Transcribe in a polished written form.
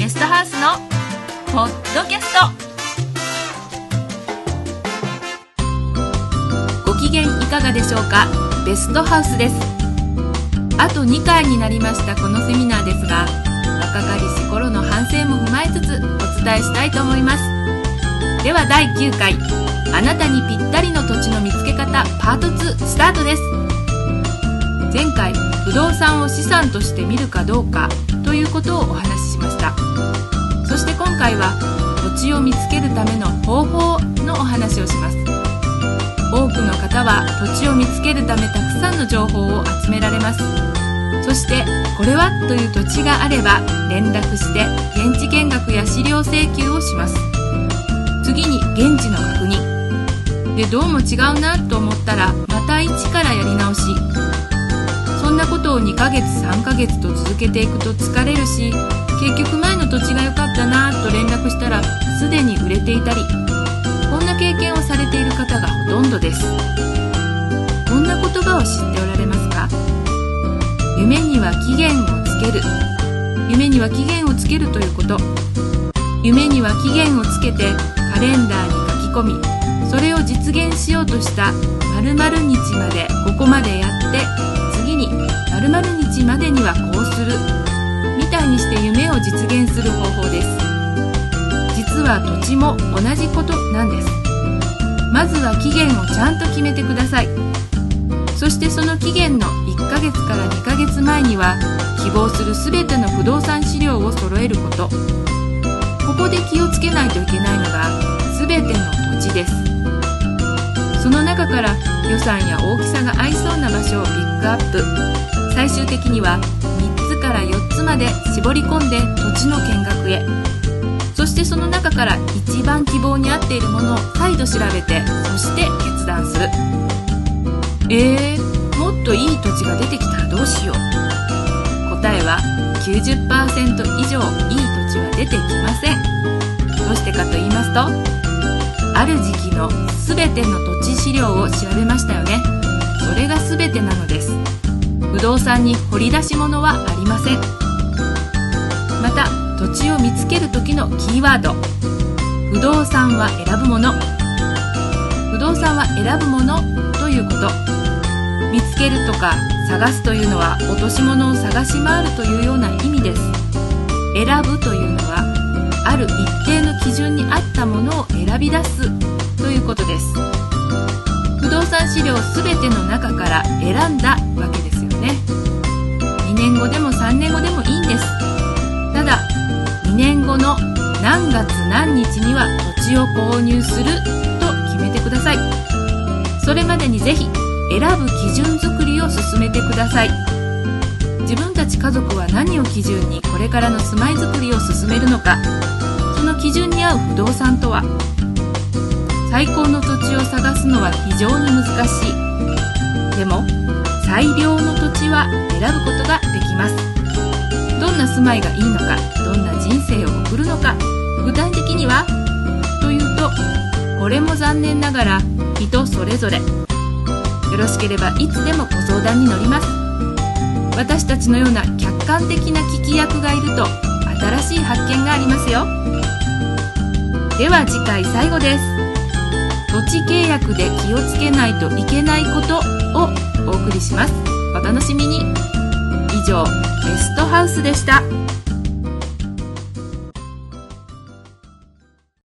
ゲストハウスのポッドキャスト。ご機嫌いかがでしょうか。ベストハウスです。あと2回になりましたこのセミナーですが、若かりし頃の反省も踏まえつつお伝えしたいと思います。では第9回、あなたにぴったりの土地の見つけ方パート2スタートです。前回、不動産を資産として見るかどうかということをお話ししました。そして今回は土地を見つけるための方法のお話をします。多くの方は土地を見つけるためたくさんの情報を集められます。そしてこれはという土地があれば連絡して現地見学や資料請求をします。次に現地の確認で、どうも違うなと思ったらまた一からやり直し。そんなことを2ヶ月3ヶ月と続けていくと疲れるし、結局前の土地が良かったなと連絡したらすでに売れていたり、こんな経験をされている方がほとんどです。こんな言葉を知っておられますか？夢には期限をつける。夢には期限をつけるということ。夢には期限をつけてカレンダーに書き込み、それを実現しようとした〇〇日までここまでやって、次に〇〇日までにはこうするみたいにして夢を実現する方法です。実は土地も同じことなんです。まずは期限をちゃんと決めてください。そしてその期限の1ヶ月から2ヶ月前には希望するすべての不動産資料を揃えること。ここで気をつけないといけないのがすべての土地です。その中から予算や大きさが合いそうな場所をピックアップ。最終的には3つから4つまで絞り込んで土地の見学へ。そしてその中から一番希望に合っているものを再度調べて、そして決断する。もっといい土地が出てきたらどうしよう。答えは 90% 以上いい土地は出てきません。どうしてかと言いますと、ある時期のすべての土地資料を調べましたよね。それがすべてなのです。不動産に掘り出し物はありません。また土地を見つける時のキーワード、不動産は選ぶもの。不動産は選ぶものということ。見つけるとか探すというのは落とし物を探し回るというような意味です。選ぶというのはある一定の基準に合ったものを選び出すということです。不動産資料すべての中から選んだわけですよね。2年後でも3年後でもいいんです。ただ2年後の何月何日には土地を購入すると決めてください。それまでにぜひ選ぶ基準作りを進めてください。自分たち家族は何を基準にこれからの住まいづくりを進めるのか、その基準に合う不動産とは。最高の土地を探すのは非常に難しい。でも最良の土地は選ぶことができます。どんな住まいがいいのか、どんな人生を送るのか、具体的にはというと、これも残念ながら人それぞれ。よろしければいつでもご相談に乗ります。私たちのような客観的な聞き役がいると新しい発見がありますよ。では次回最後です。土地契約で気をつけないといけないことをお送りします。お楽しみに。以上、ベストハウスでした。